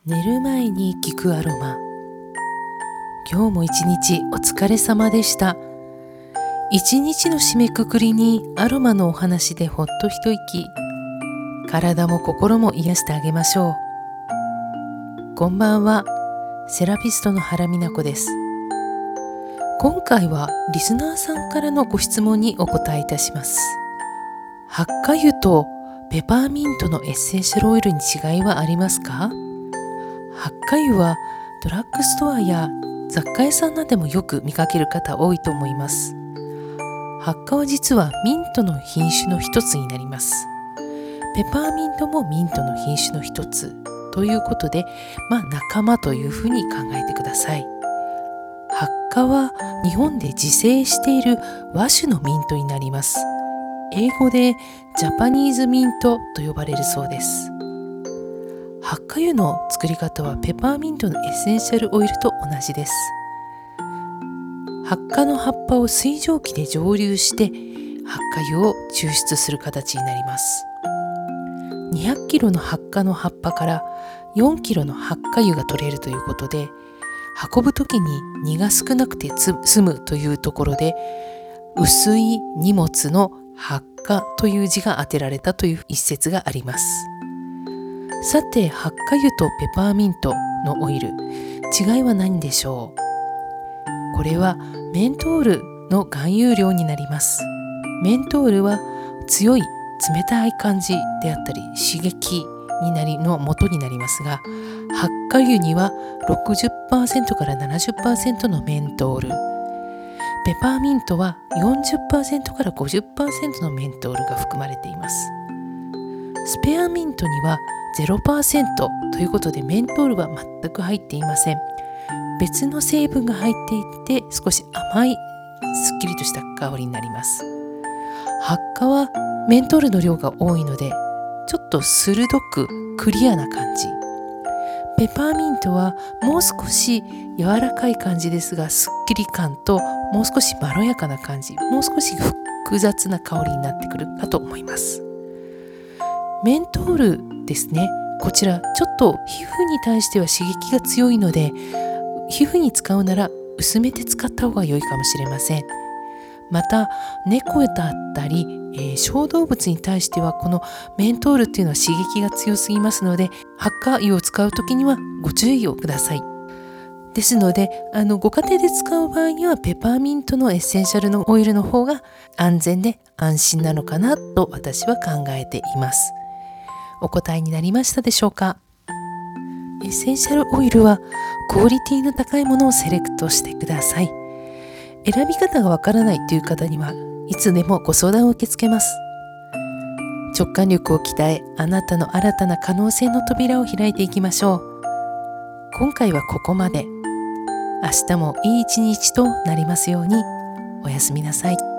寝る前に聞くアロマ。今日も一日お疲れ様でした。一日の締めくくりにアロマのお話でほっと一息、体も心も癒してあげましょう。こんばんは、セラピストの原美奈子です。今回はリスナーさんからのご質問にお答えいたします。ハッカ油とペパーミントのエッセンシャルオイルに違いはありますか？ハッカ油はドラッグストアや雑貨屋さんなどでもよく見かける方多いと思います。ハッカは実はミントの品種の一つになります。ペパーミントもミントの品種の一つということで、仲間というふうに考えてください。ハッカは日本で自生している和種のミントになります。英語でジャパニーズミントと呼ばれるそうです。ハッカ油の作り方はペパーミントのエッセンシャルオイルと同じです。ハッカの葉っぱを水蒸気で蒸留してハッカ油を抽出する形になります。200キロのハッカの葉っぱから4キロのハッカ油が取れるということで、運ぶときに荷が少なくて済むというところで、薄い荷物のハッカという字が当てられたという一説があります。さて、ハッカ油とペパーミントのオイル、違いは何でしょう？これはメントールの含有量になります。メントールは強い冷たい感じであったり刺激の元になりますが、ハッカ油には 60% から 70% のメントール、ペパーミントは 40% から 50% のメントールが含まれています。スペアミントには 0% ということでメントールは全く入っていません。別の成分が入っていて少し甘いすっきりとした香りになります。ハッカはメントールの量が多いのでちょっと鋭くクリアな感じ。ペパーミントはもう少し柔らかい感じですが、すっきり感ともう少しまろやかな感じ、もう少し複雑な香りになってくるかと思います。メントールですね。こちらちょっと皮膚に対しては刺激が強いので、皮膚に使うなら薄めて使った方が良いかもしれません。また猫だったり、小動物に対してはこのメントールっていうのは刺激が強すぎますので、ハッカ油を使うときにはご注意をください。ですのでご家庭で使う場合にはペパーミントのエッセンシャルのオイルの方が安全で安心なのかなと私は考えています。お答えになりましたでしょうか？エッセンシャルオイルはクオリティの高いものをセレクトしてください。選び方がわからないという方にはいつでもご相談を受け付けます。直感力を鍛え、あなたの新たな可能性の扉を開いていきましょう。今回はここまで。明日もいい一日となりますように。おやすみなさい。